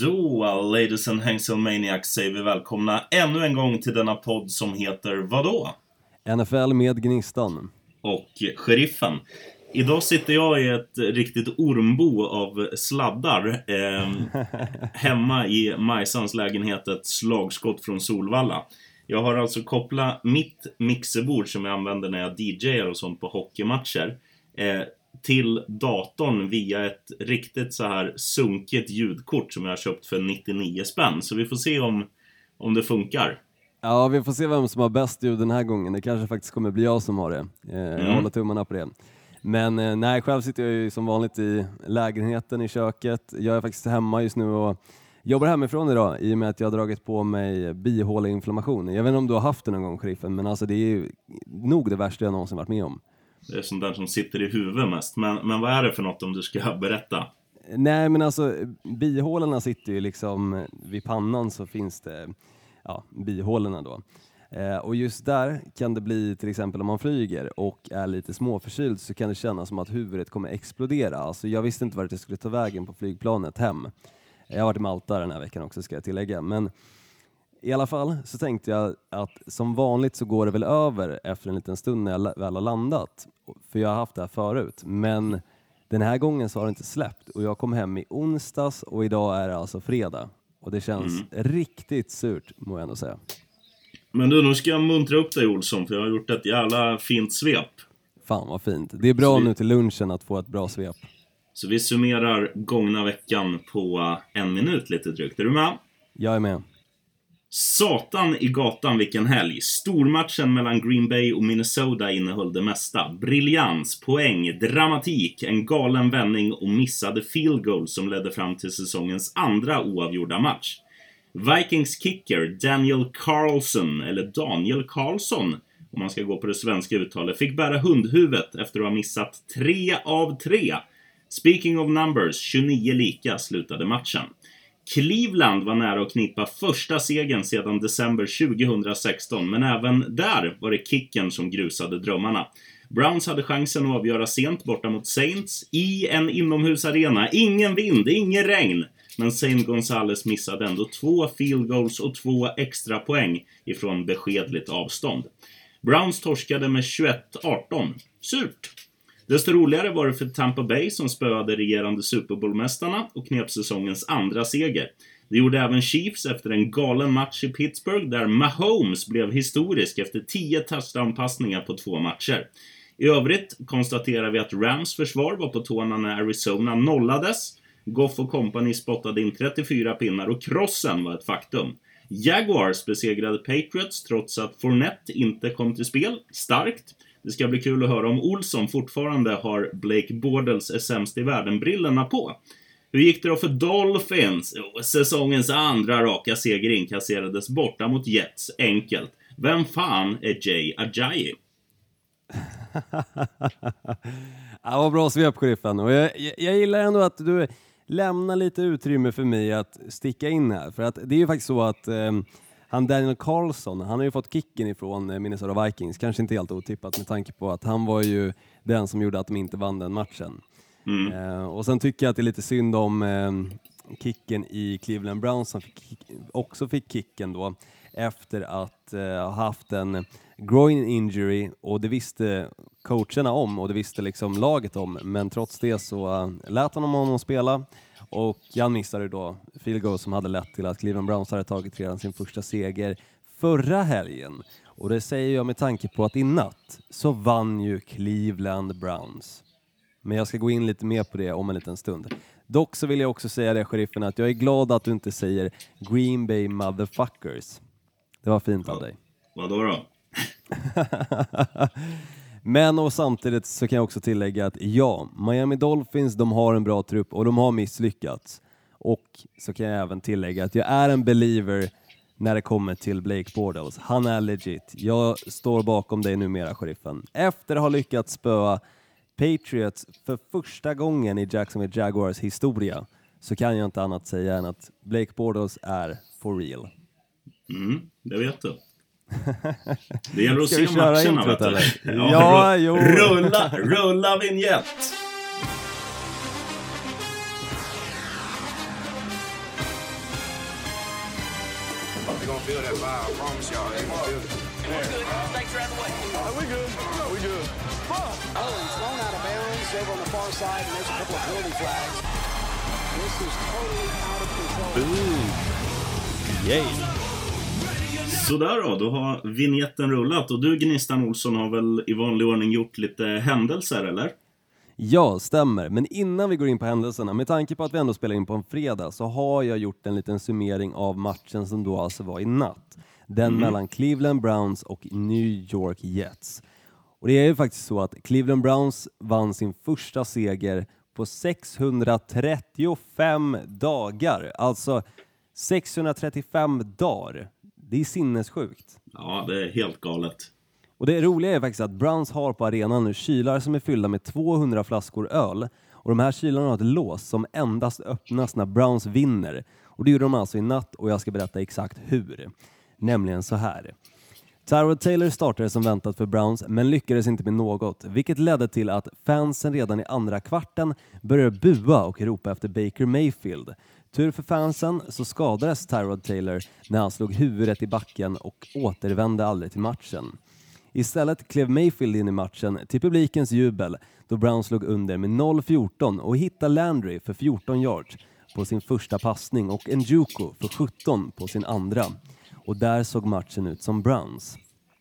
Då, ladies and Hangselmaniacs, säger vi välkomna ännu en gång till denna podd som heter vadå? NFL med Gnistan. Och Sheriffen. Idag sitter jag i ett riktigt ormbo av sladdar hemma i Majsans lägenhet, ett slagskott från Solvalla. Jag har alltså kopplat mitt mixerbord som jag använder när jag DJar och sånt på hockeymatcher till datorn via ett riktigt så här sunkigt ljudkort som jag har köpt för 99 spänn. Så vi får se om det funkar. Ja, vi får se vem som har bäst ljud den här gången. Det kanske faktiskt kommer bli jag som har det. Jag håller tummarna på det. Men nej, själv sitter jag ju som vanligt i lägenheten i köket. Jag är faktiskt hemma just nu och jobbar hemifrån idag i och med att jag har dragit på mig bihåleinflammation. Jag vet inte om du har haft det någon gång, Sheriffen, men alltså det är ju nog det värsta jag någonsin varit med om. Det är sånt där som sitter i huvudet mest. Men vad är det för något om du ska berätta? Nej, men alltså bihålorna sitter ju liksom vid pannan, så finns det bihålorna då. Och just där kan det bli, till exempel om man flyger och är lite småförkyld, så kan det kännas som att huvudet kommer explodera. Alltså jag visste inte vart jag skulle ta vägen på flygplanet hem. Jag har varit i Malta den här veckan också, ska jag tillägga. Men i alla fall så tänkte jag att som vanligt så går det väl över efter en liten stund när jag väl har landat. För jag har haft det här förut. Men den här gången så har det inte släppt. Och jag kom hem i onsdags och idag är det alltså fredag. Och det känns riktigt surt, må jag ändå säga. Men du, nu ska jag muntra upp dig, Olsson, för jag har gjort ett jävla fint svep. Fan vad fint. Det är bra nu till lunchen att få ett bra svep. Så vi summerar gångna veckan på 1 minut lite drygt. Är du med? Jag är med. Satan i gatan, vilken helg. Stormatchen mellan Green Bay och Minnesota innehöll det mesta. Briljans, poäng, dramatik, en galen vändning och missade field goal som ledde fram till säsongens andra oavgjorda match. Vikings kicker Daniel Carlson, om man ska gå på det svenska uttalet, fick bära hundhuvudet efter att ha missat 3 av 3. Speaking of numbers, 29 lika slutade matchen. Cleveland var nära att knipa första segern sedan december 2016, men även där var det kicken som grusade drömmarna. Browns hade chansen att avgöra sent borta mot Saints i en inomhusarena. Ingen vind, ingen regn. Men Saint Gonzales missade ändå 2 field goals och 2 extra poäng ifrån beskedligt avstånd. Browns torskade med 21-18. Surt! Desto roligare var det för Tampa Bay som spöade regerande Super Bowl-mästarna och knep säsongens andra seger. Det gjorde även Chiefs efter en galen match i Pittsburgh där Mahomes blev historisk efter 10 touchdown-passningar på 2 matcher. I övrigt konstaterar vi att Rams försvar var på tårna när Arizona nollades. Goff och company spottade in 34 pinnar och krossen var ett faktum. Jaguars besegrade Patriots trots att Fournette inte kom till spel. Starkt. Det ska bli kul att höra om Olsson fortfarande har Blake Bortles är sämst i världen-brillorna på. Hur gick det då för Dolphins? Säsongens andra raka seger inkasserades borta mot Jets. Enkelt. Vem fan är Jay Ajayi? Ja, vad bra svep, Sheriffen. Och jag gillar ändå att du lämnar lite utrymme för mig att sticka in här. För att det är ju faktiskt så att han Daniel Carlson, han har ju fått kicken ifrån Minnesota Vikings. Kanske inte helt otippat med tanke på att han var ju den som gjorde att de inte vann den matchen. Och sen tycker jag att det är lite synd om kicken i Cleveland Browns som också fick kicken då efter att ha haft en groin injury, och det visste coacherna om och det visste liksom laget om, men trots det så lät han honom spela och han missade då field goal som hade lett till att Cleveland Browns hade tagit redan sin första seger förra helgen, och det säger jag med tanke på att i natt så vann ju Cleveland Browns. Men jag ska gå in lite mer på det om en liten stund. Dock så vill jag också säga det, Sheriffen, att jag är glad att du inte säger Green Bay motherfuckers. Det var fint av dig. Vadå då? Men och samtidigt så kan jag också tillägga att ja, Miami Dolphins, de har en bra trupp och de har misslyckats. Och så kan jag även tillägga att jag är en believer när det kommer till Blake Bortles. Han är legit. Jag står bakom dig numera, Sheriffen. Efter att ha lyckats spöa Patriots för första gången i Jacksonville Jaguars historia, så kan jag inte annat säga än att Blake Bortles är for real. Det vet du. Det gäller att Ska se matcherna, introt, vet du. Ja, jo. Rulla vignett. They're gonna feel that vibe. I promise y'all, they're gonna feel it. We're good. Snakes are out of the way. We good. We good. Oh, he's thrown out of bounds over on the far side, and there's a couple of penalty flags. This is totally out of control. Yay! Sådär då har vignetten rullat. Och du, Gnistan Olsson, har väl i vanlig ordning gjort lite händelser, eller? Ja, stämmer. Men innan vi går in på händelserna, med tanke på att vi ändå spelar in på en fredag, så har jag gjort en liten summering av matchen som då alltså var i natt. Den mellan Cleveland Browns och New York Jets. Och det är ju faktiskt så att Cleveland Browns vann sin första seger på 635 dagar. Alltså 635 dagar. Det är sinnessjukt. Ja, det är helt galet. Och det roliga är faktiskt att Browns har på arenan nu kylar som är fyllda med 200 flaskor öl. Och de här kylarna har ett lås som endast öppnas när Browns vinner. Och det gjorde de alltså i natt, och jag ska berätta exakt hur. Nämligen så här. Tyrod Taylor startade som väntat för Browns, men lyckades inte med något, vilket ledde till att fansen redan i andra kvarten började bua och ropa efter Baker Mayfield. Tur för fansen så skadades Tyrod Taylor när han slog huvudet i backen och återvände aldrig till matchen. Istället klev Mayfield in i matchen till publikens jubel då Browns slog under med 0-14 och hittade Landry för 14 yards på sin första passning och Njoku för 17 på sin andra. Och där såg matchen ut som Browns.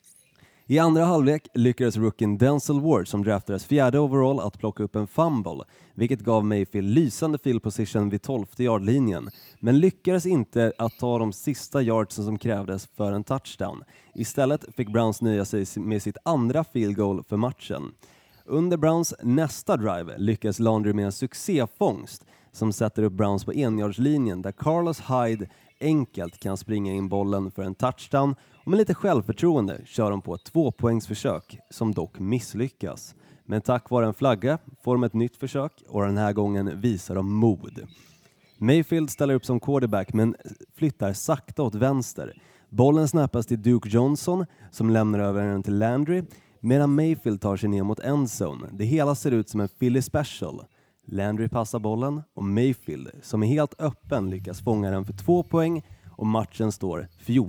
I andra halvlek lyckades rookien Denzel Ward, som draftades 4:e overall, att plocka upp en fumble, vilket gav Mayfield lysande field position vid 12:e yardlinjen, men lyckades inte att ta de sista yardsen som krävdes för en touchdown. Istället fick Browns nöja sig med sitt andra field goal för matchen. Under Browns nästa drive lyckades Landry med en succéfångst som sätter upp Browns på enjardslinjen, där Carlos Hyde enkelt kan springa in bollen för en touchdown, och med lite självförtroende kör de på ett 2-poängsförsök som dock misslyckas. Men tack vare en flagga får de ett nytt försök, och den här gången visar de mod. Mayfield ställer upp som quarterback men flyttar sakta åt vänster. Bollen snappas till Duke Johnson som lämnar över den till Landry, medan Mayfield tar sig ner mot endzone. Det hela ser ut som en Philly special. Landry passar bollen och Mayfield, som är helt öppen, lyckas fånga den för 2 poäng, och matchen står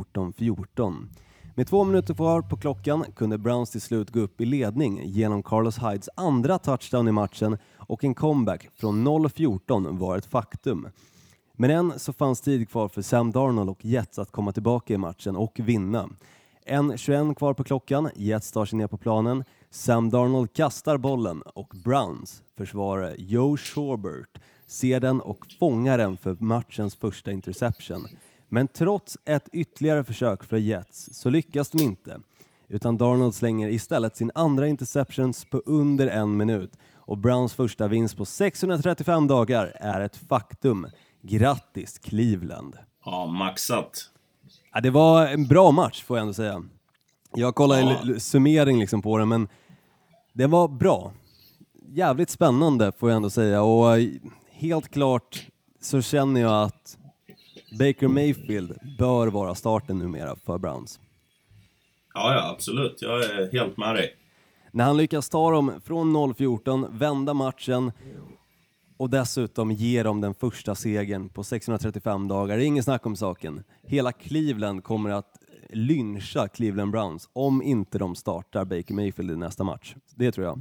14-14. Med 2 minuter kvar på klockan kunde Browns till slut gå upp i ledning genom Carlos Hydes andra touchdown i matchen, och en comeback från 0-14 var ett faktum. Men än så fanns tid kvar för Sam Darnold och Jets att komma tillbaka i matchen och vinna. 1:21 kvar på klockan, Jets tar sig ner på planen. Sam Darnold kastar bollen och Browns försvarare Joe Schobert ser den och fångar den för matchens första interception. Men trots ett ytterligare försök för Jets så lyckas de inte, utan Darnold slänger istället sin andra interceptions på under 1 minut, och Browns första vinst på 635 dagar är ett faktum. Grattis Cleveland! Ja, maxat. Ja, det var en bra match får jag ändå säga. Jag kollade en summering liksom på den, men det var bra. Jävligt spännande får jag ändå säga, och helt klart så känner jag att Baker Mayfield bör vara starten numera för Browns. Ja, absolut. Jag är helt med dig. När han lyckas ta dem från 0-14, vända matchen och dessutom ger dem den första segern på 635 dagar. Det är ingen snack om saken. Hela Cleveland kommer att lyncha Cleveland Browns om inte de startar Baker Mayfield i nästa match. Det tror jag.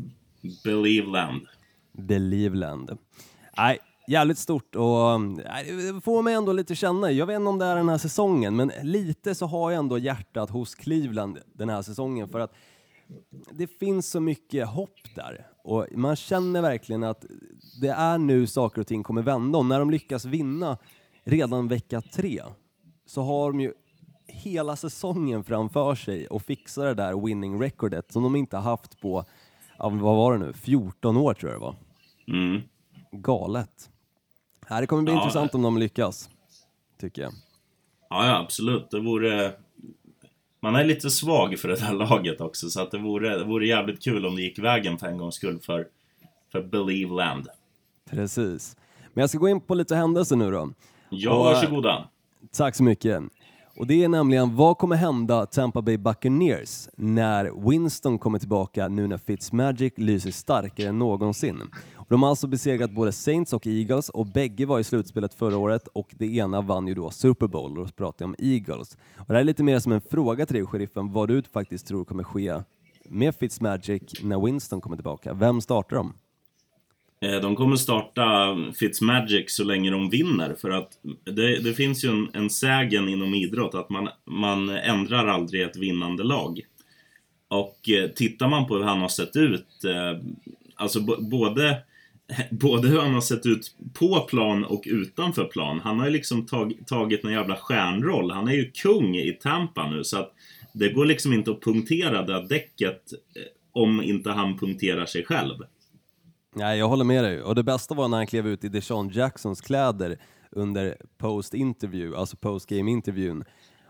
Believeland. Nej, jävligt stort, och det får mig ändå lite känna. Jag vet inte om det är den här säsongen, men lite så har jag ändå hjärtat hos Cleveland den här säsongen, för att det finns så mycket hopp där. Och man känner verkligen att det är nu saker och ting kommer vända. Och när de lyckas vinna redan vecka 3 så har de ju hela säsongen framför sig och fixar det där winning recordet som de inte har haft på, vad var det nu, 14 år tror jag det var. Galet. Det kommer bli intressant om de lyckas, tycker jag. Ja, absolut. Det vore... Man är lite svag för det här laget också, så att det vore jävligt kul om det gick vägen för en gångs skull för Believeland. Precis. Men jag ska gå in på lite händelser nu då. Ja, varsågoda. Tack så mycket. Och det är nämligen, vad kommer hända Tampa Bay Buccaneers när Winston kommer tillbaka nu när Fitzmagic lyser starkare än någonsin? Och de har alltså besegrat både Saints och Eagles, och bägge var i slutspelet förra året, och det ena vann ju då Super Bowl, och då pratar jag om Eagles. Och det här är lite mer som en fråga till dig, sheriffen, vad du faktiskt tror kommer ske med Fitzmagic när Winston kommer tillbaka. Vem startar de? De kommer starta Fitzmagic så länge de vinner, för att det finns ju en sägen inom idrott att man ändrar aldrig ett vinnande lag. Och tittar man på hur han har sett ut, alltså både hur han har sett ut på plan och utanför plan. Han har ju liksom tagit en jävla stjärnroll. Han är ju kung i Tampa nu, så att det går liksom inte att punktera det däcket om inte han punkterar sig själv. Nej, jag håller med dig. Och det bästa var när han klev ut i Deshaun Jacksons kläder under post-interview, alltså post-game-intervjun.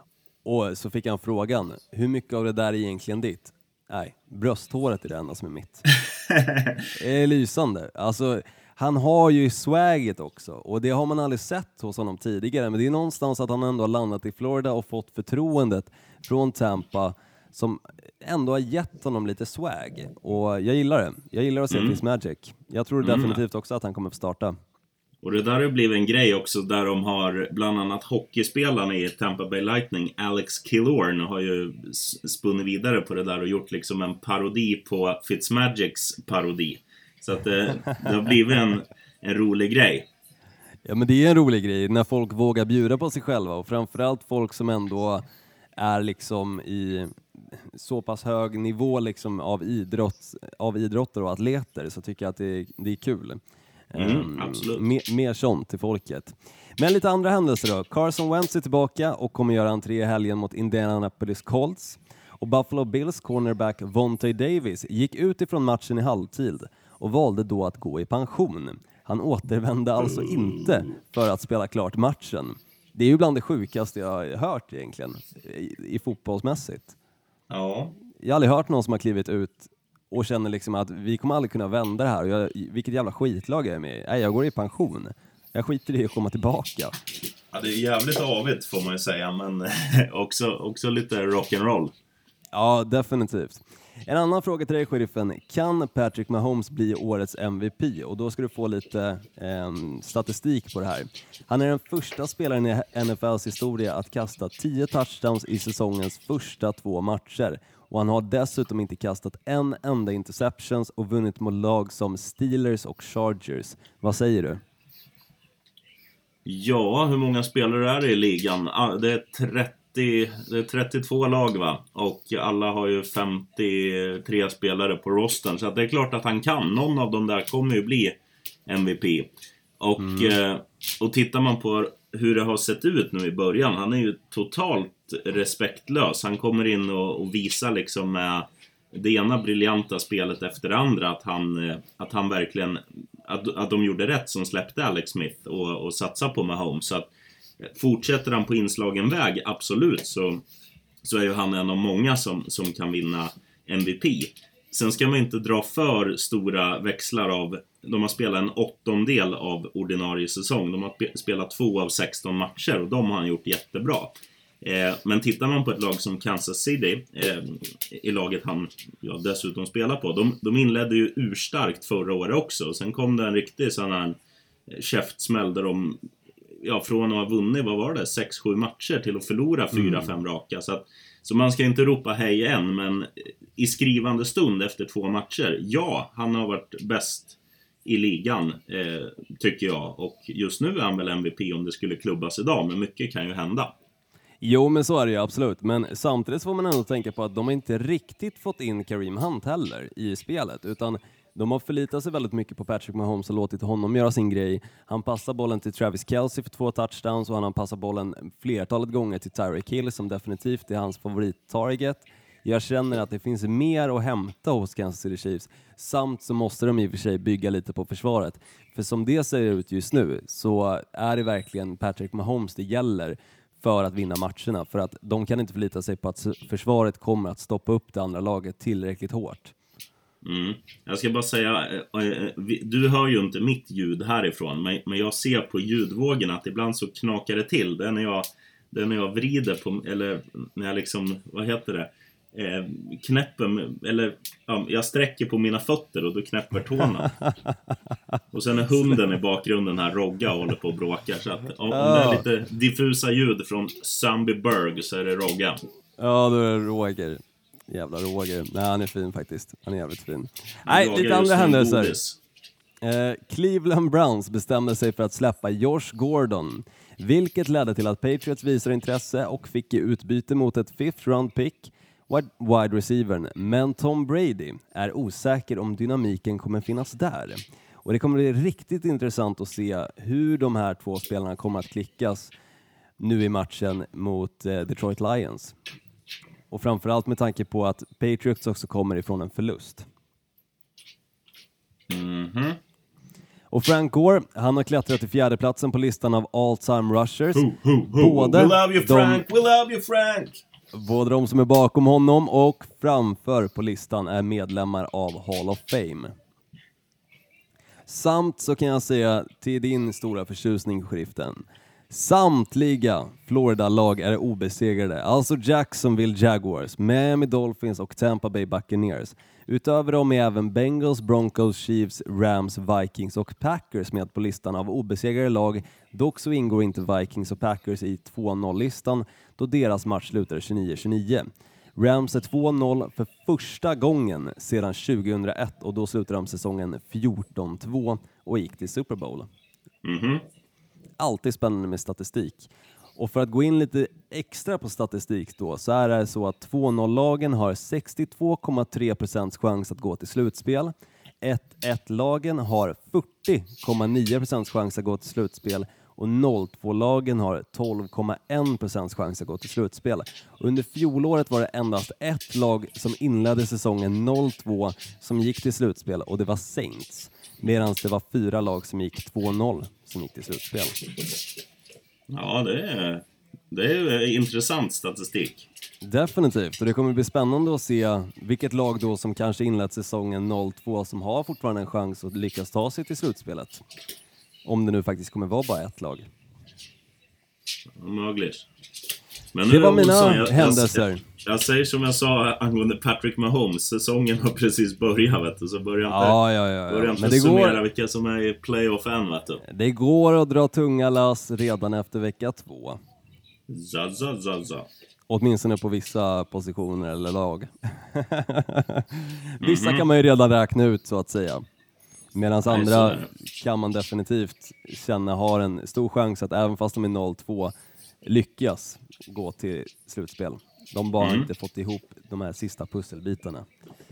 Och så fick han frågan, hur mycket av det där är egentligen ditt? Nej, brösthåret är det enda som är mitt. Det är lysande. Alltså, han har ju swaget också. Och det har man aldrig sett hos honom tidigare. Men det är någonstans att han ändå har landat i Florida och fått förtroendet från Tampa som ändå har gett honom lite swag. Och jag gillar det. Jag gillar att se Fitzmagic. Jag tror definitivt också att han kommer att starta. Och det där har blivit en grej också, där de har bland annat hockeyspelaren i Tampa Bay Lightning, Alex Killorn, har ju spunnit vidare på det där och gjort liksom en parodi på Fitzmagics parodi. Så att det har blivit en rolig grej. Ja, men det är en rolig grej när folk vågar bjuda på sig själva, och framförallt folk som ändå är liksom i så pass hög nivå liksom av idrottare och atleter, så tycker jag att det är kul. Absolut. Mer sånt till folket. Men lite andra händelser då. Carson Wentz är tillbaka och kommer göra entré i helgen mot Indianapolis Colts. Och Buffalo Bills cornerback Vontae Davis gick ut ifrån matchen i halvtid och valde då att gå i pension. Han återvände alltså inte för att spela klart matchen. Det är ju bland det sjukaste jag har hört egentligen i fotbollsmässigt. Ja. Jag har aldrig hört någon som har klivit ut och känner liksom att vi kommer aldrig kunna vända det här. Vilket jävla skitlag jag är med i. Nej, jag går i pension. Jag skiter i att komma tillbaka. Ja, det är jävligt avigt får man ju säga, men också lite rock'n'roll. Ja, definitivt. En annan fråga till dig, sheriffen. Kan Patrick Mahomes bli årets MVP? Och då ska du få lite statistik på det här. Han är den första spelaren i NFLs historia att kasta 10 touchdowns i säsongens första 2 matcher. Och han har dessutom inte kastat en enda interceptions och vunnit mot lag som Steelers och Chargers. Vad säger du? Ja, hur många spelare är det i ligan? Det är 32 lag, va? Och alla har ju 53 spelare på rostern. Så att det är klart att han kan. Någon av dem där kommer ju bli MVP. Och tittar man på hur det har sett ut nu i början, han är ju totalt respektlös. Han kommer in och visar liksom med det ena briljanta spelet efter det andra att han verkligen att de gjorde rätt som släppte Alex Smith och satsar på Mahomes. Så att fortsätter han på inslagen väg, absolut, så är ju han en av många som kan vinna MVP. Sen ska man inte dra för stora växlar av, de har spelat en 8:e av ordinarie säsong. De har spelat 2 av 16 matcher och de har han gjort jättebra. Men tittar man på ett lag som Kansas City, i laget han dessutom spelar på, de inledde ju urstarkt förra året också. Och sen kom det en riktig sån här käftsmäll där de från att ha vunnit, vad var det, 6-7 matcher till att förlora 4-5 raka. Så man ska inte ropa hej än, men i skrivande stund efter 2 matcher, ja, han har varit bäst i ligan, tycker jag. Och just nu är han väl MVP om det skulle klubbas idag, men mycket kan ju hända. Jo, men så är det ju absolut. Men samtidigt får man ändå tänka på att de har inte riktigt fått in Kareem Hunt heller i spelet, utan de har förlitat sig väldigt mycket på Patrick Mahomes och låtit honom göra sin grej. Han passar bollen till Travis Kelce för 2 touchdowns och han har passat bollen flertalet gånger till Tyreek Hill som definitivt är hans favorit-target. Jag känner att det finns mer att hämta hos Kansas City Chiefs, samt så måste de i och för sig bygga lite på försvaret. För som det ser ut just nu så är det verkligen Patrick Mahomes det gäller för att vinna matcherna. För att de kan inte förlita sig på att försvaret kommer att stoppa upp det andra laget tillräckligt hårt. Jag ska bara säga, du hör ju inte mitt ljud härifrån, men jag ser på ljudvågen att ibland så knakar det till. Det är Det är när jag vrider på, eller när jag liksom, vad heter det? Knäpper, eller ja, jag sträcker på mina fötter och då knäpper tårna. Och sen är hunden i bakgrunden här, Rogga, och håller på och bråkar. Så att om det är lite diffusa ljud från Sundbyberg så är det Rogga. Ja, då är det Roger. Jävla Roger. Nej, han är fin faktiskt. Han är jävligt fin. Nej, lite andra händelser. Cleveland Browns bestämde sig för att släppa Josh Gordon, vilket ledde till att Patriots visade intresse och fick i utbyte mot ett 5th round pick wide receivern. Men Tom Brady är osäker om dynamiken kommer finnas där. Och det kommer bli riktigt intressant att se hur de här två spelarna kommer att klickas nu i matchen mot Detroit Lions. Och framförallt med tanke på att Patriots också kommer ifrån en förlust. Mhm. Och Frank Gore, han har klättrat till 4:e platsen på listan av all-time rushers. Både we love you Frank, we love you Frank. Både de som är bakom honom och framför på listan är medlemmar av Hall of Fame. Samt så kan jag säga till din stora förtjusning, Sheriffen, samtliga Florida-lag är obesegrade. Alltså Jacksonville Jaguars, Miami Dolphins och Tampa Bay Buccaneers. Utöver dem är även Bengals, Broncos, Chiefs, Rams, Vikings och Packers med på listan av obesegrade lag. Dock så ingår inte Vikings och Packers i 2-0-listan då deras match slutar 29-29. Rams är 2-0 för första gången sedan 2001 och då slutade de säsongen 14-2 och gick till Super Bowl. Mhm. Alltid spännande med statistik. Och för att gå in lite extra på statistik då, så är det så att 2-0-lagen har 62,3% chans att gå till slutspel. 1-1-lagen har 40,9% chans att gå till slutspel. Och 0-2-lagen har 12,1% chans att gå till slutspel. Under fjolåret var det endast ett lag som inledde säsongen 0-2 som gick till slutspel, och det var Saints. Medan det var 4 lag som gick 2-0 som gick till slutspel. Ja, det är intressant statistik. Definitivt, och det kommer bli spännande att se vilket lag då som kanske inlett säsongen 0-2 som har fortfarande en chans att lyckas ta sig till slutspelet. Om det nu faktiskt kommer vara bara ett lag. Möjligt. Men Det nu, var mina Olsson, händelser. Jag säger som jag sa angående Patrick Mahomes. Säsongen har precis börjat, vet du. Så börjar inte Men det summera vilka som är i playoff än, vet du. Det går att dra tunga lass redan efter vecka 2. Za. Åtminstone på vissa positioner eller lag. Vissa kan man ju redan räkna ut så att säga. Medan andra kan man definitivt känna har en stor chans att även fast de är 0-2 lyckas gå till slutspel. De bara inte fått ihop de här sista pusselbitarna.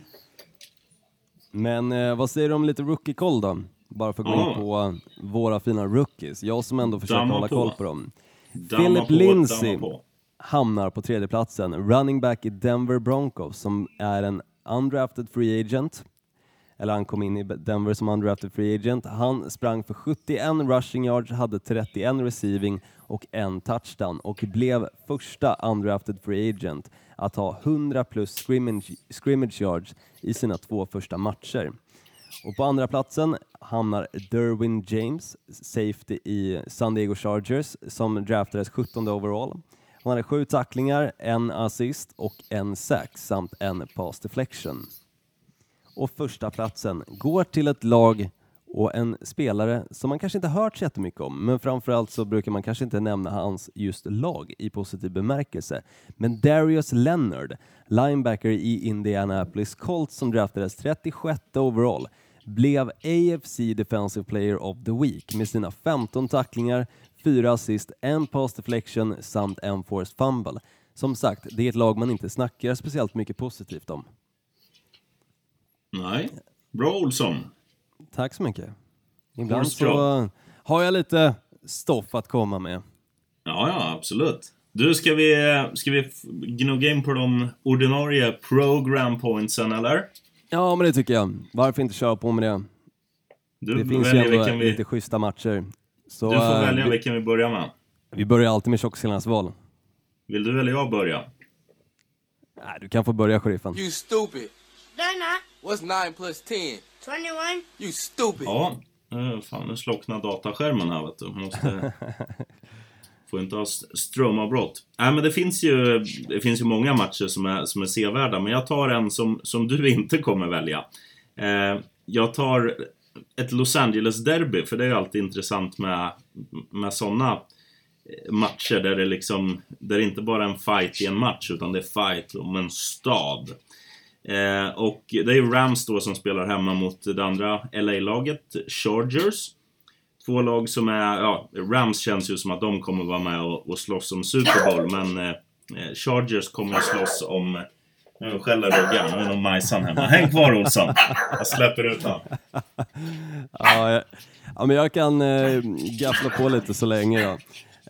Men vad säger du om lite rookie-koll då? Bara för att gå in på våra fina rookies. Jag som ändå försöker hålla koll på dem. Philip Lindsay hamnar på 3:e platsen. Running back i Denver Broncos som är en undrafted free agent. Eller han kom in i Denver som undrafted free agent. Han sprang för 71 rushing yards, hade 31 receiving och en touchdown. Och blev första undrafted free agent att ha 100 plus scrimmage yards i sina 2 första matcher. Och på andra platsen hamnar Derwin James, safety i San Diego Chargers, som draftades 17 overall. Han hade 7 tacklingar, 1 assist och 1 sack samt 1 pass deflection. Och första platsen går till ett lag och en spelare som man kanske inte hört så jättemycket om. Men framförallt så brukar man kanske inte nämna hans just lag i positiv bemärkelse. Men Darius Leonard, linebacker i Indianapolis Colts som draftades 36 overall, blev AFC Defensive Player of the Week med sina 15 tacklingar, 4 assist, 1 pass deflection samt 1 forced fumble. Som sagt, det är ett lag man inte snackar speciellt mycket positivt om. Nej, bra Olsson. Tack så mycket. Ibland så har jag lite stoff att komma med. Ja, absolut. Du, ska vi gnugga in på de ordinarie program pointsen, eller? Ja, men det tycker jag. Varför inte köra på med det? Det finns ju ändå lite schyssta matcher. Så, du får välja vilken vi börjar med. Vi börjar alltid med tjockskallarnas val. Vill du eller jag börja? Nej, du kan få börja, Sheriffen. You stupid. They're not. What's 9 plus 10? 21. You stupid. Ja, fan, nu slocknar dataskärmen här, vet du. Måste Får inte ha strömavbrott. Nej, men det finns ju många matcher som är sevärda. Men jag tar en som du inte kommer välja. Jag tar ett Los Angeles derby. För det är ju alltid intressant med sådana matcher där det inte bara är en fight i en match, utan det är fight om en stad. Och det är ju Rams då som spelar hemma mot det andra LA-laget, Chargers. Två lag som är, Rams känns ju som att de kommer vara med och slåss om Super Bowl, men Chargers kommer att slåss om, nu skäller Roggan, nu är nog majsan hemma. Häng kvar, Olsson, jag släpper ut han. Ja, men jag kan gaffla på lite så länge då.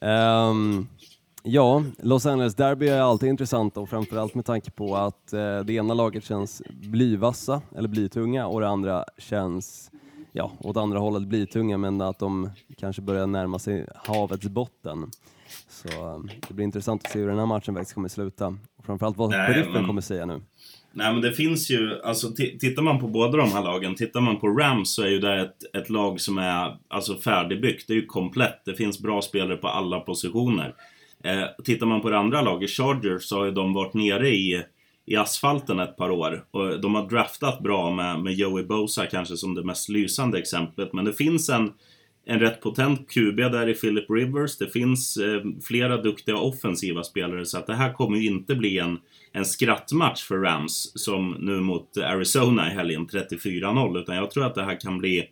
Ja, Los Angeles derby är alltid intressant, och framförallt med tanke på att det ena laget känns blyvassa eller blytunga, och det andra känns åt andra hållet blytunga, men att de kanske börjar närma sig havets botten. Så det blir intressant att se hur den här matchen faktiskt kommer sluta, och framförallt vad sheriffen kommer säga nu. Nej, men det finns ju, alltså tittar man på båda de här lagen, tittar man på Rams, så är ju det ett lag som är alltså färdigbyggt, det är ju komplett, det finns bra spelare på alla positioner. Tittar man på det andra laget, Chargers, så har ju de varit nere i asfalten ett par år, och de har draftat bra med Joey Bosa kanske som det mest lysande exemplet, men det finns en rätt potent QB där i Philip Rivers, det finns flera duktiga offensiva spelare, så att det här kommer ju inte bli en skrattmatch för Rams som nu mot Arizona i helgen 34-0, utan jag tror att det här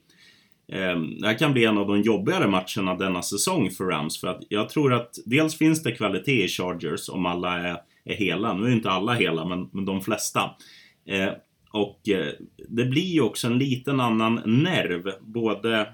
kan bli en av de jobbigare matcherna denna säsong för Rams, för att jag tror att dels finns det kvalitet i Chargers om alla är hela. Nu är inte alla hela, men de flesta. Och det blir ju också en liten annan nerv, både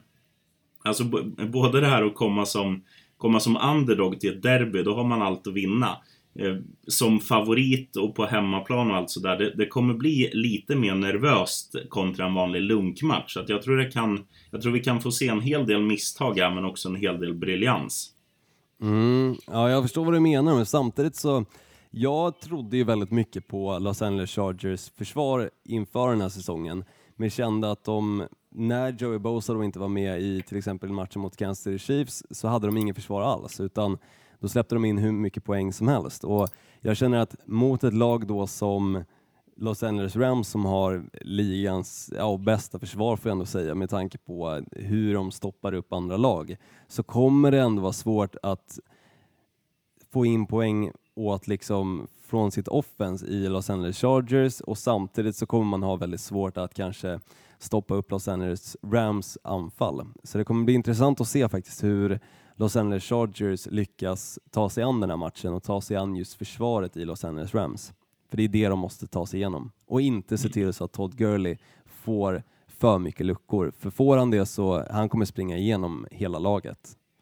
det här att komma som underdog till ett derby, då har man allt att vinna. Som favorit och på hemmaplan och allt så där, det kommer bli lite mer nervöst kontra en vanlig lunkmatch. Så att jag tror vi kan få se en hel del misstag här, men också en hel del briljans. Ja, jag förstår vad du menar, men samtidigt så jag trodde ju väldigt mycket på Los Angeles Chargers försvar inför den här säsongen, men kände att när Joey Bosa då inte var med i till exempel matchen mot Kansas City Chiefs, så hade de ingen försvar alls, utan då släppte de in hur mycket poäng som helst. Och jag känner att mot ett lag då som Los Angeles Rams, som har ligans bästa försvar, får jag ändå säga, med tanke på hur de stoppar upp andra lag, så kommer det ändå vara svårt att få in poäng åt från sitt offense i Los Angeles Chargers, och samtidigt så kommer man ha väldigt svårt att kanske stoppa upp Los Angeles Rams anfall. Så det kommer bli intressant att se faktiskt hur Los Angeles Chargers lyckas ta sig an den här matchen och ta sig an just försvaret i Los Angeles Rams. För det är det de måste ta sig igenom. Och inte se till så att Todd Gurley får för mycket luckor. För får han det, så han kommer springa igenom hela laget.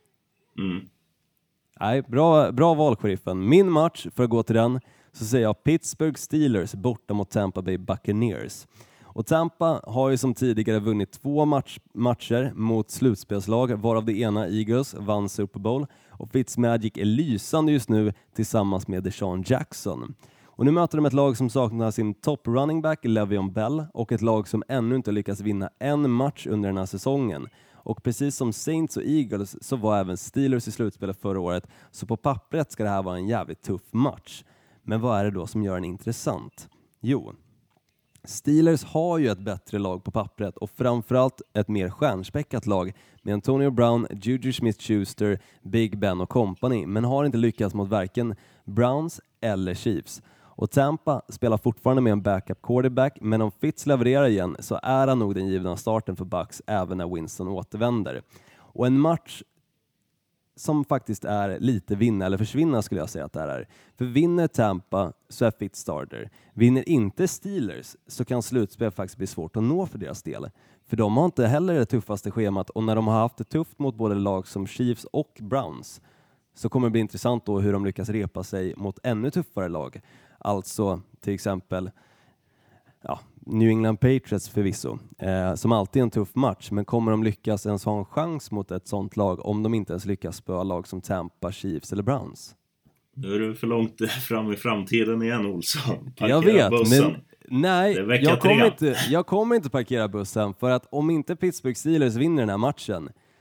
Nej, bra val, sheriffen. Min match, för att gå till den, så säger jag Pittsburgh Steelers borta mot Tampa Bay Buccaneers. Och Tampa har ju som tidigare vunnit 2 matcher mot slutspelslag, varav det ena, Eagles, vann Super Bowl. Och Fitzmagic är lysande just nu tillsammans med Deshaun Jackson. Och nu möter de ett lag som saknar sin top running back Le'Veon Bell, och ett lag som ännu inte lyckats vinna en match under den här säsongen. Och precis som Saints och Eagles så var även Steelers i slutspelet förra året, så på pappret ska det här vara en jävligt tuff match. Men vad är det då som gör den intressant? Jo, Steelers har ju ett bättre lag på pappret, och framförallt ett mer stjärnspäckat lag med Antonio Brown, Juju Smith-Schuster, Big Ben och company, men har inte lyckats mot varken Browns eller Chiefs. Och Tampa spelar fortfarande med en backup quarterback, men om Fitz levererar igen så är han nog den givna starten för Bucks även när Winston återvänder. Och en match som faktiskt är lite vinna eller försvinna, skulle jag säga att det är. För vinner Tampa så är Fitz starter. Vinner inte Steelers så kan slutspel faktiskt bli svårt att nå för deras del. För de har inte heller det tuffaste schemat, och när de har haft det tufft mot både lag som Chiefs och Browns, så kommer det bli intressant då hur de lyckas repa sig mot ännu tuffare lag. Alltså till exempel New England Patriots förvisso, som alltid är en tuff match, men kommer de lyckas ens ha en chans mot ett sånt lag om de inte ens lyckas spöa lag som Tampa, Chiefs eller Browns? Nu är du för långt fram i framtiden igen, Olsson. Jag vet, bussen. men nej, jag kommer inte parkera bussen, för att om inte Pittsburgh Steelers vinner den här matchen,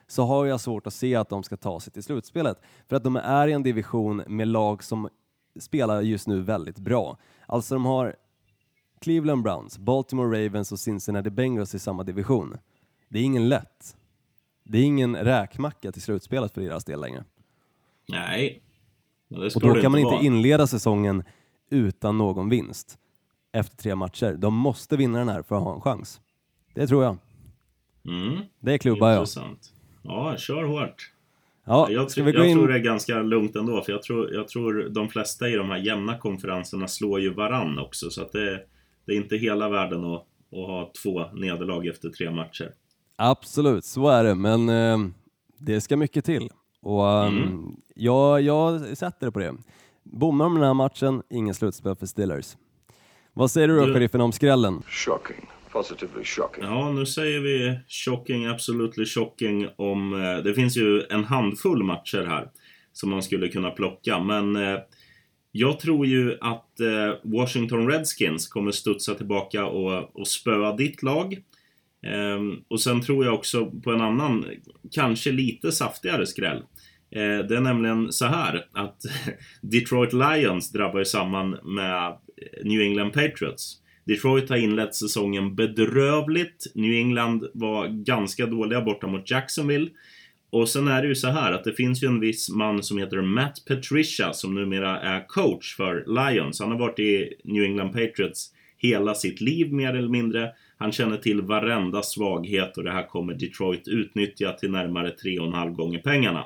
så har jag svårt att se att de ska ta sig till slutspelet. För att de är i en division med lag som spelar just nu väldigt bra. Alltså de har Cleveland Browns, Baltimore Ravens och Cincinnati Bengals i samma division. Det är ingen lätt. Det är ingen räkmacka till slutspelet för deras del längre. Nej. Och då kan man inte inleda säsongen utan någon vinst efter 3 matcher. De måste vinna den här för att ha en chans. Det tror jag. Det är klubbar jag. Ja, kör hårt. Ja, jag tror det är ganska lugnt ändå. För jag tror de flesta i de här jämna konferenserna slår ju varann också. Så att det är inte hela världen att ha 2 nederlag efter 3 matcher. Absolut, så är det. Men det ska mycket till. Och jag sätter det på det. Bommar om den här matchen, ingen slutspel för Steelers. Vad säger du då, sheriffen, om skrällen? Shocking. Positively shocking. Ja, nu säger vi shocking, absolutely shocking om... det finns ju en handfull matcher här som man skulle kunna plocka. Men jag tror ju att Washington Redskins kommer studsa tillbaka och spöa ditt lag. Och sen tror jag också på en annan, kanske lite saftigare skräll. Det är nämligen så här att Detroit Lions drabbar ju samman med New England Patriots. Detroit har inlett säsongen bedrövligt. New England var ganska dåliga borta mot Jacksonville. Och sen är det ju så här att det finns ju en viss man som heter Matt Patricia som numera är coach för Lions. Han har varit i New England Patriots hela sitt liv mer eller mindre. Han känner till varenda svaghet och det här kommer Detroit utnyttja till närmare 3,5 gånger pengarna.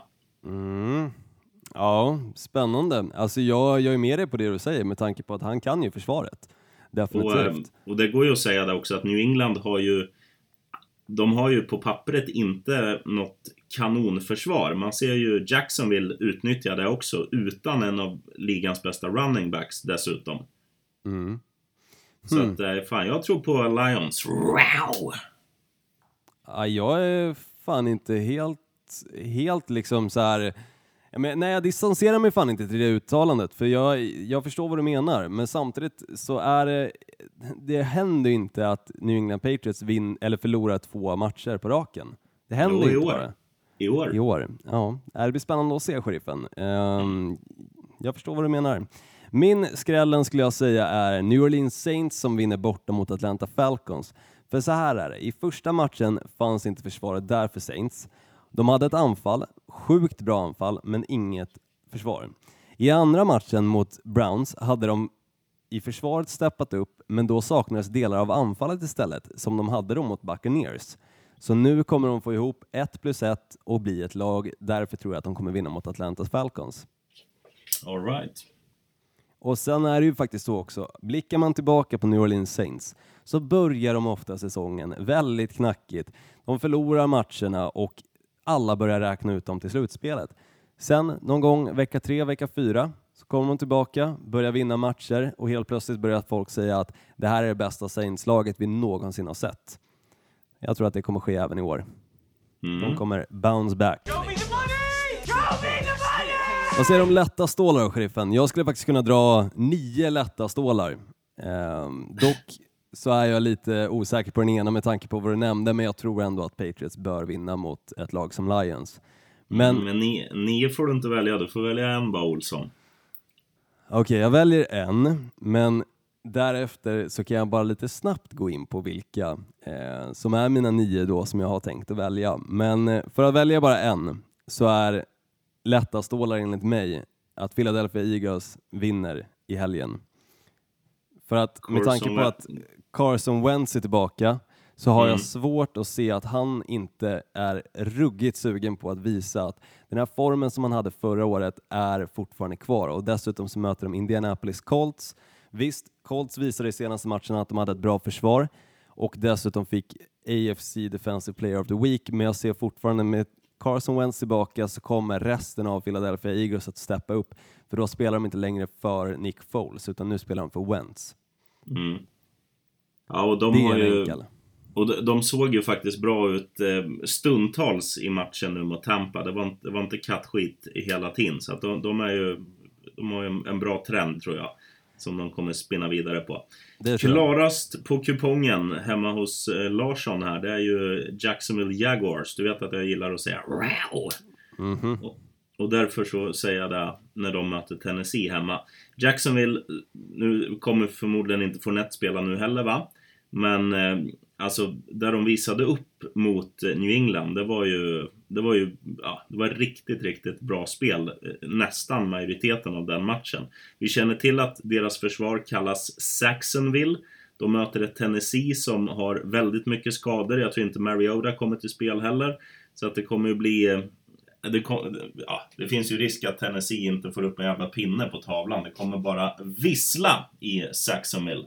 Ja, spännande. Alltså jag är med dig på det du säger med tanke på att han kan ju försvaret. Definitivt. Och det går ju att säga det också att New England har ju på pappret inte något kanonförsvar. Man ser ju Jacksonville utnyttja det också utan en av ligans bästa running backs dessutom. Så att fan, jag tror på Lions. Ja, jag är fan inte helt liksom så här. Nej, jag distanserar mig fan inte till det uttalandet, för jag förstår vad du menar, men samtidigt så är det händer ju inte att New England Patriots eller förlorar 2 matcher på raken. Det händer ju inte bara. I år. Ja, det blir spännande att se, sheriffen. Jag förstår vad du menar. Min skrällen skulle jag säga är New Orleans Saints som vinner borta mot Atlanta Falcons. För så här är det, i första matchen fanns inte försvaret där för Saints. De hade ett anfall, sjukt bra anfall, men inget försvar. I andra matchen mot Browns hade de i försvaret steppat upp, men då saknades delar av anfallet istället, som de hade då mot Buccaneers. Så nu kommer de få ihop 1+1 och bli ett lag. Därför tror jag att de kommer vinna mot Atlanta Falcons. All right. Och sen är det ju faktiskt så också, blickar man tillbaka på New Orleans Saints så börjar de ofta säsongen väldigt knackigt. De förlorar matcherna och alla börjar räkna ut dem till slutspelet. Sen någon gång vecka 3, vecka 4 så kommer de tillbaka, börjar vinna matcher och helt plötsligt börjar folk säga att det här är det bästa Saints-laget vi någonsin har sett. Jag tror att det kommer ske även i år. De kommer bounce back. Vad säger de lätta stålar då, sheriffen? Jag skulle faktiskt kunna dra 9 lätta stålar. Dock så är jag lite osäker på den ena med tanke på vad du nämnde, men jag tror ändå att Patriots bör vinna mot ett lag som Lions. Men 9 får du inte välja, du får välja en bara, Olsson. Okej, jag väljer en, men därefter så kan jag bara lite snabbt gå in på vilka som är mina 9 då som jag har tänkt att välja. Men för att välja bara en så är lätta stålar enligt mig att Philadelphia Eagles vinner i helgen. För att med tanke på att Carson Wentz är tillbaka så har jag svårt att se att han inte är ruggigt sugen på att visa att den här formen som han hade förra året är fortfarande kvar. Och dessutom så möter de Indianapolis Colts. Visst, Colts visade i senaste matchen att de hade ett bra försvar och dessutom fick AFC Defensive Player of the Week, men jag ser fortfarande med Carson Wentz tillbaka så kommer resten av Philadelphia Eagles att steppa upp, för då spelar de inte längre för Nick Foles utan nu spelar de för Wentz. Ja, och de såg ju faktiskt bra ut stundtals i matchen nu mot Tampa. Det var inte kattskit i hela tiden, så att de har ju en bra trend, tror jag. som de kommer spinna vidare på. Det tror jag. Klarast på kupongen hemma hos Larsson här, det är ju Jacksonville Jaguars. Du vet att jag gillar att säga wow. Och därför så säger jag det när de möter Tennessee hemma. Jacksonville nu kommer förmodligen inte Fournette spela nu heller, va? Men alltså där de visade upp mot New England, det var riktigt bra spel, nästan majoriteten av den matchen. Vi känner till att deras försvar kallas Saxonville. De möter ett Tennessee som har väldigt mycket skador. Jag tror inte Mariota kommer till spel heller. Så att det kommer ju bli... Det finns ju risk att Tennessee inte får upp en jävla pinne på tavlan. Det kommer bara vissla i Saxonville.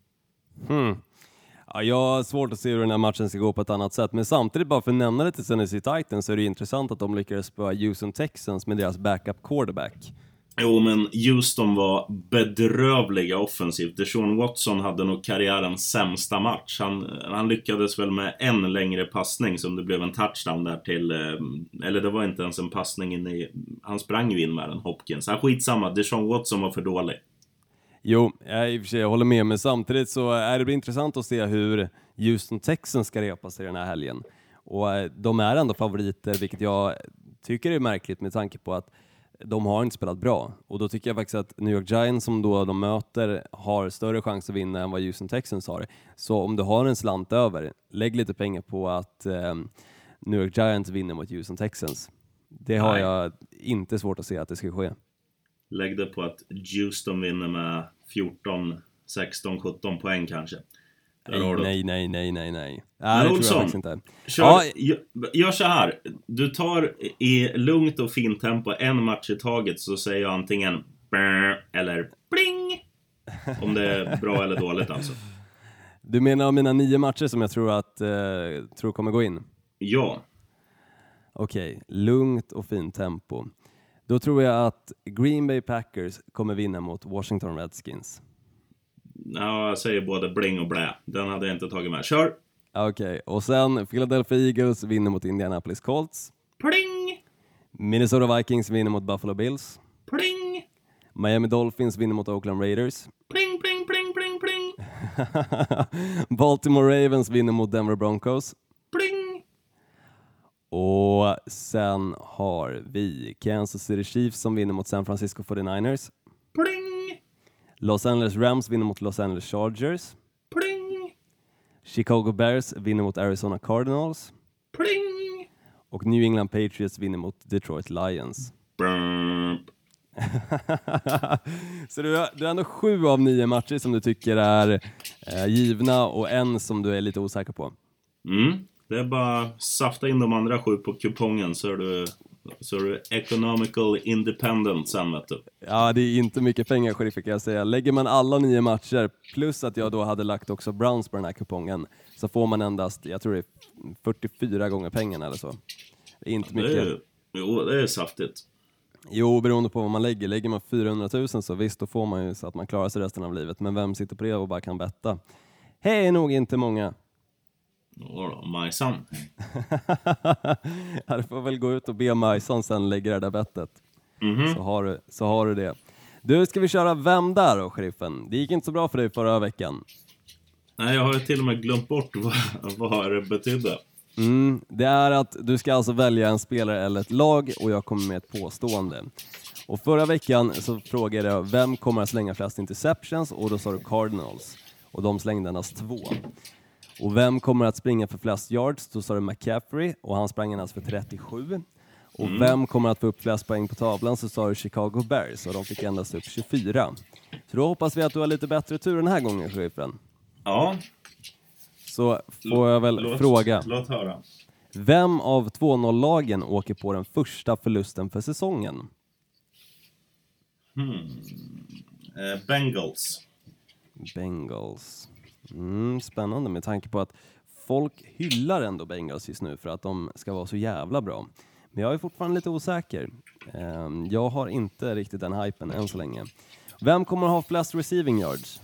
Ja, jag har svårt att se hur den här matchen ska gå på ett annat sätt. Men samtidigt, bara för att nämna det till Tennessee Titans, så är det intressant att de lyckades spöa Houston Texans med deras backup quarterback. Jo, men Houston var bedrövliga offensivt. Deshaun Watson hade nog karriärens sämsta match. Han lyckades väl med en längre passning som det blev en touchdown där till... Eller det var inte ens en passning in i... Han sprang ju in med den, Hopkins. Skitsamma, Deshaun Watson var för dålig. Jo, i och för sig, jag håller med, men samtidigt så är det intressant att se hur Houston Texans ska repa sig den här helgen. Och de är ändå favoriter, vilket jag tycker är märkligt med tanke på att de har inte spelat bra. Och då tycker jag faktiskt att New York Giants, som då de möter, har större chans att vinna än vad Houston Texans har. Så om du har en slant över, lägg lite pengar på att New York Giants vinner mot Houston Texans. Det har jag inte svårt att se att det ska ske. Lägg det på att Houston vinner med 14, 16, 17 poäng kanske. Nej. Men det Olsson, tror jag inte. Gör så här. Du tar i lugnt och fint tempo en match i taget, så säger jag antingen brr eller bling. Om det är bra eller dåligt alltså. Du menar av mina 9 matcher som jag tror kommer gå in? Ja. Okej, lugnt och fint tempo. Då tror jag att Green Bay Packers kommer vinna mot Washington Redskins. Ja, jag säger både bling och blä. Den hade jag inte tagit med. Kör! Okej, och sen Philadelphia Eagles vinner mot Indianapolis Colts. Pling! Minnesota Vikings vinner mot Buffalo Bills. Pling! Miami Dolphins vinner mot Oakland Raiders. Pling, pling, pling, pling, pling! Baltimore Ravens vinner mot Denver Broncos. Pling! Och sen har vi Kansas City Chiefs som vinner mot San Francisco 49ers. Pling! Los Angeles Rams vinner mot Los Angeles Chargers. Pling! Chicago Bears vinner mot Arizona Cardinals. Pling! Och New England Patriots vinner mot Detroit Lions. Brrrp. Så du har ändå 7 av 9 matcher som du tycker är givna och en som du är lite osäker på. Det är bara safta in de andra 7 på kupongen, så är du economical independent sen, vet du. Ja, det är inte mycket pengar, Sheriff, kan jag säga. Lägger man alla 9 matcher plus att jag då hade lagt också Browns på den här kupongen, så får man endast, jag tror det är 44 gånger pengarna eller så. Det är inte mycket. Det är saftigt. Jo, beroende på vad man lägger. Lägger man 400 000 så visst, då får man ju så att man klarar sig resten av livet. Men vem sitter på det och bara kan betta? Hej, är nog inte många. Åh, Majsan. Du får väl gå ut och be Majsan sen lägga det där bettet. Så har du det. Du, ska vi köra Vem där då, Sheriffen? Det gick inte så bra för dig förra veckan. Nej, jag har ju till och med glömt bort vad det betydde. Det är att du ska alltså välja en spelare eller ett lag och jag kommer med ett påstående. Och förra veckan så frågade jag vem kommer att slänga flest interceptions, och då sa du Cardinals. Och de slängde endast 2. Och vem kommer att springa för flest yards? Då sa du McCaffrey och han sprang endast för 37. Och vem kommer att få upp flest poäng på tavlan? Så sa du Chicago Bears och de fick endast upp 24. Så då hoppas vi att du har lite bättre tur den här gången, Sheriffen. Ja. Så får jag väl fråga. Låt höra. Vem av 2-0-lagen åker på den första förlusten för säsongen? Bengals. Spännande med tanke på att folk hyllar ändå Bengals just nu för att de ska vara så jävla bra. Men jag är fortfarande lite osäker. Jag har inte riktigt den hypen än så länge. Vem kommer att ha flest receiving yards?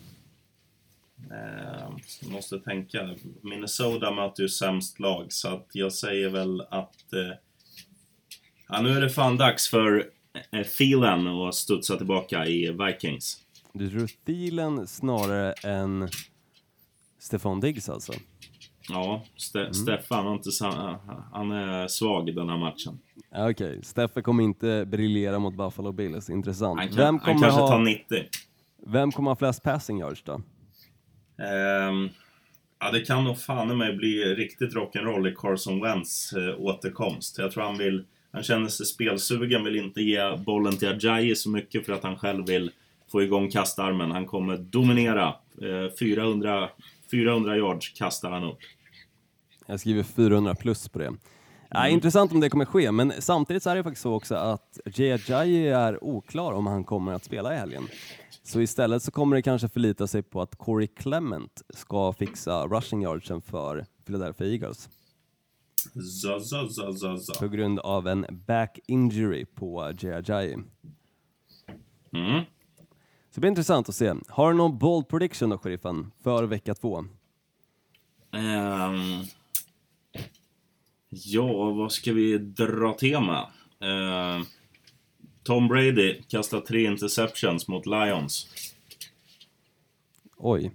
Måste tänka. Minnesota möter ju sämst lag, så att jag säger väl att nu är det fan dags för Thielen att studsa tillbaka i Vikings. Du tror Thielen snarare än Stefan Diggs alltså? Ja, Stefan han är svag den här matchen. Okej, Steffe kommer inte briljera mot Buffalo Bills. Intressant. Han kanske tar 90. Vem kommer ha flest passing yards då? Ja, det kan nog fan i mig bli riktigt rock'n'roll i Carson Wentz återkomst. Jag tror han känner sig spelsugen, vill inte ge bollen till Ajayi så mycket för att han själv vill få igång kastarmen. Han kommer dominera. 400 yards kastar han upp. Jag skriver 400 plus på det. Intressant om det kommer ske, men samtidigt så är det faktiskt så också att Ajayi är oklar om han kommer att spela i helgen. Så istället så kommer det kanske förlita sig på att Corey Clement ska fixa rushing yardsen för Philadelphia Eagles. På grund av en back injury på Ajayi. Så det blir intressant att se. Har du någon bold prediction då, sheriffen, för vecka 2? Ja, vad ska vi dra tema? Tom Brady kastar 3 interceptions mot Lions. Oj.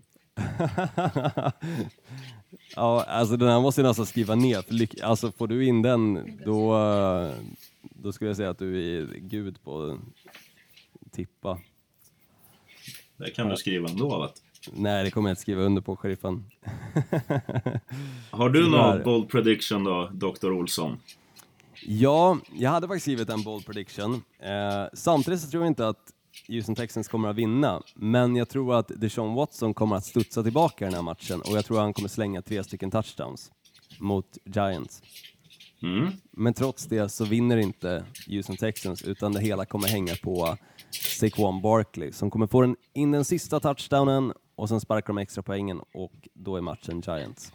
Ja, alltså den här måste jag nästan skriva ner. Alltså får du in den, då skulle jag säga att du är gud på att tippa. Det kan du skriva ändå, vet. Nej, det kommer jag inte skriva under på, sheriffen. Har du någon bold prediction då, Dr. Olsson? Ja, jag hade faktiskt skrivit en bold prediction. Samtidigt så tror jag inte att Houston Texans kommer att vinna. Men jag tror att Deshaun Watson kommer att studsa tillbaka i den här matchen. Och jag tror att han kommer slänga 3 stycken touchdowns mot Giants. Men trots det så vinner inte Houston Texans, utan det hela kommer hänga på Saquon Barkley som kommer få in den sista touchdownen och sen sparkar de extra poängen och då är matchen Giants.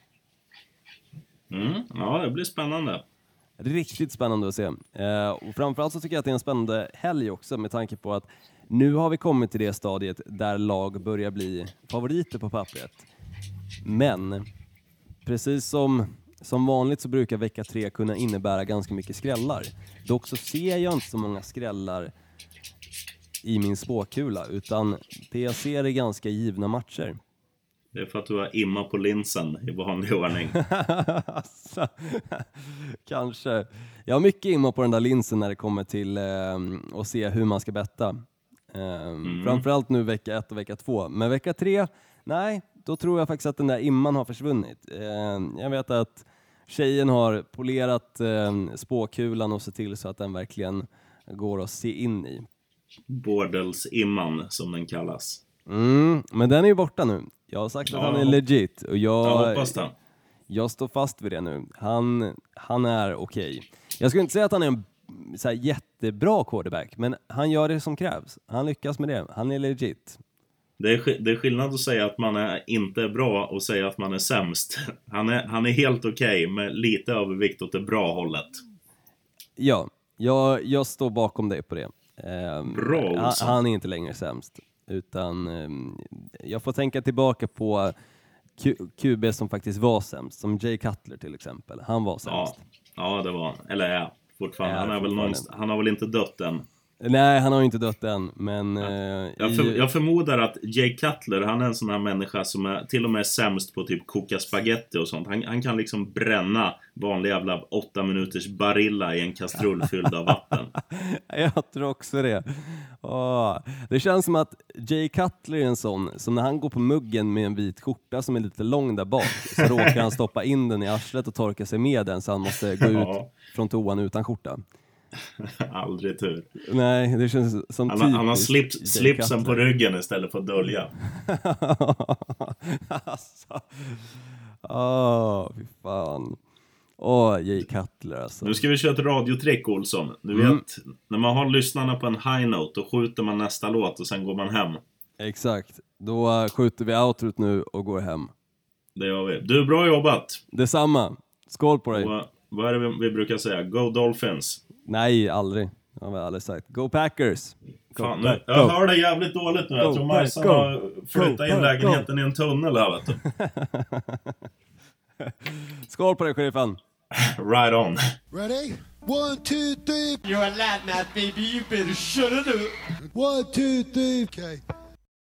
Ja, det blir spännande. Riktigt spännande att se. Och framförallt så tycker jag att det är en spännande helg också, med tanke på att nu har vi kommit till det stadiet där lag börjar bli favoriter på pappret. Men precis som vanligt så brukar vecka 3 kunna innebära ganska mycket skrällar. Dock så ser jag inte så många skrällar i min spåkula, utan det jag ser är ganska givna matcher. Det är för att du har imma på linsen i vanlig ordning. Alltså, kanske. Jag har mycket imma på den där linsen när det kommer till att se hur man ska betta. Framförallt nu vecka 1 och vecka 2. Men vecka 3, nej, då tror jag faktiskt att den där imman har försvunnit. Jag vet att tjejen har polerat spåkulan och sett till så att den verkligen går att se in i. Bordells-imman som den kallas. Men den är ju borta nu. Jag har sagt att han är legit. Och jag hoppas det. Jag står fast vid det nu. Han är okej. Jag skulle inte säga att han är en så här jättebra quarterback, men han gör det som krävs. Han lyckas med det. Han är legit. Det är skillnad att säga att man inte är bra och säga att man är sämst. Han är helt okej med lite övervikt åt det bra hållet. Ja, jag står bakom dig på det. Bra, han är inte längre sämst. Utan jag får tänka tillbaka på QB som faktiskt var sämst. Som Jay Cutler till exempel. Han var sämst. Ja, det var. Eller är fortfarande. Han har väl inte dött än. Nej, han har inte dött än. Men jag förmodar att Jay Cutler, han är en sån här människa som är till och med sämst på typ koka spaghetti och sånt. Han kan liksom bränna vanlig jävla 8 minuters Barilla i en kastrull fylld av vatten. Jag tror också det. Det känns som att Jay Cutler är en sån som när han går på muggen med en vit skjorta som är lite lång där bak, så råkar han stoppa in den i arslet och torka sig med den, så han måste gå ut från toan utan skjorta. Aldrig tur. Nej, det känns som han har slipsen på ryggen istället för att dölja. Alltså. Fy fan. Jay Cutler alltså. Nu ska vi köra ett radiotrick, Olsson. Du vet, när man har lyssnarna på en high note, då skjuter man nästa låt och sen går man hem. Exakt. Då skjuter vi outrot nu och går hem. Det gör vi. Du, bra jobbat. Detsamma. Skål på dig. Vad är det vi brukar säga? Go Dolphins. Nej, aldrig. Jag har aldrig sagt. Go Packers. Fan, nu, jag hör det jävligt dåligt nu. Jag tror Majsan har flyttat in lägenheten i en tunnel här, vet du. Skål på dig, sheriffen. Right on. Ready? 1, 2, 3. You're a lad, baby. You better shut it up. 1, 2, 3. Okay.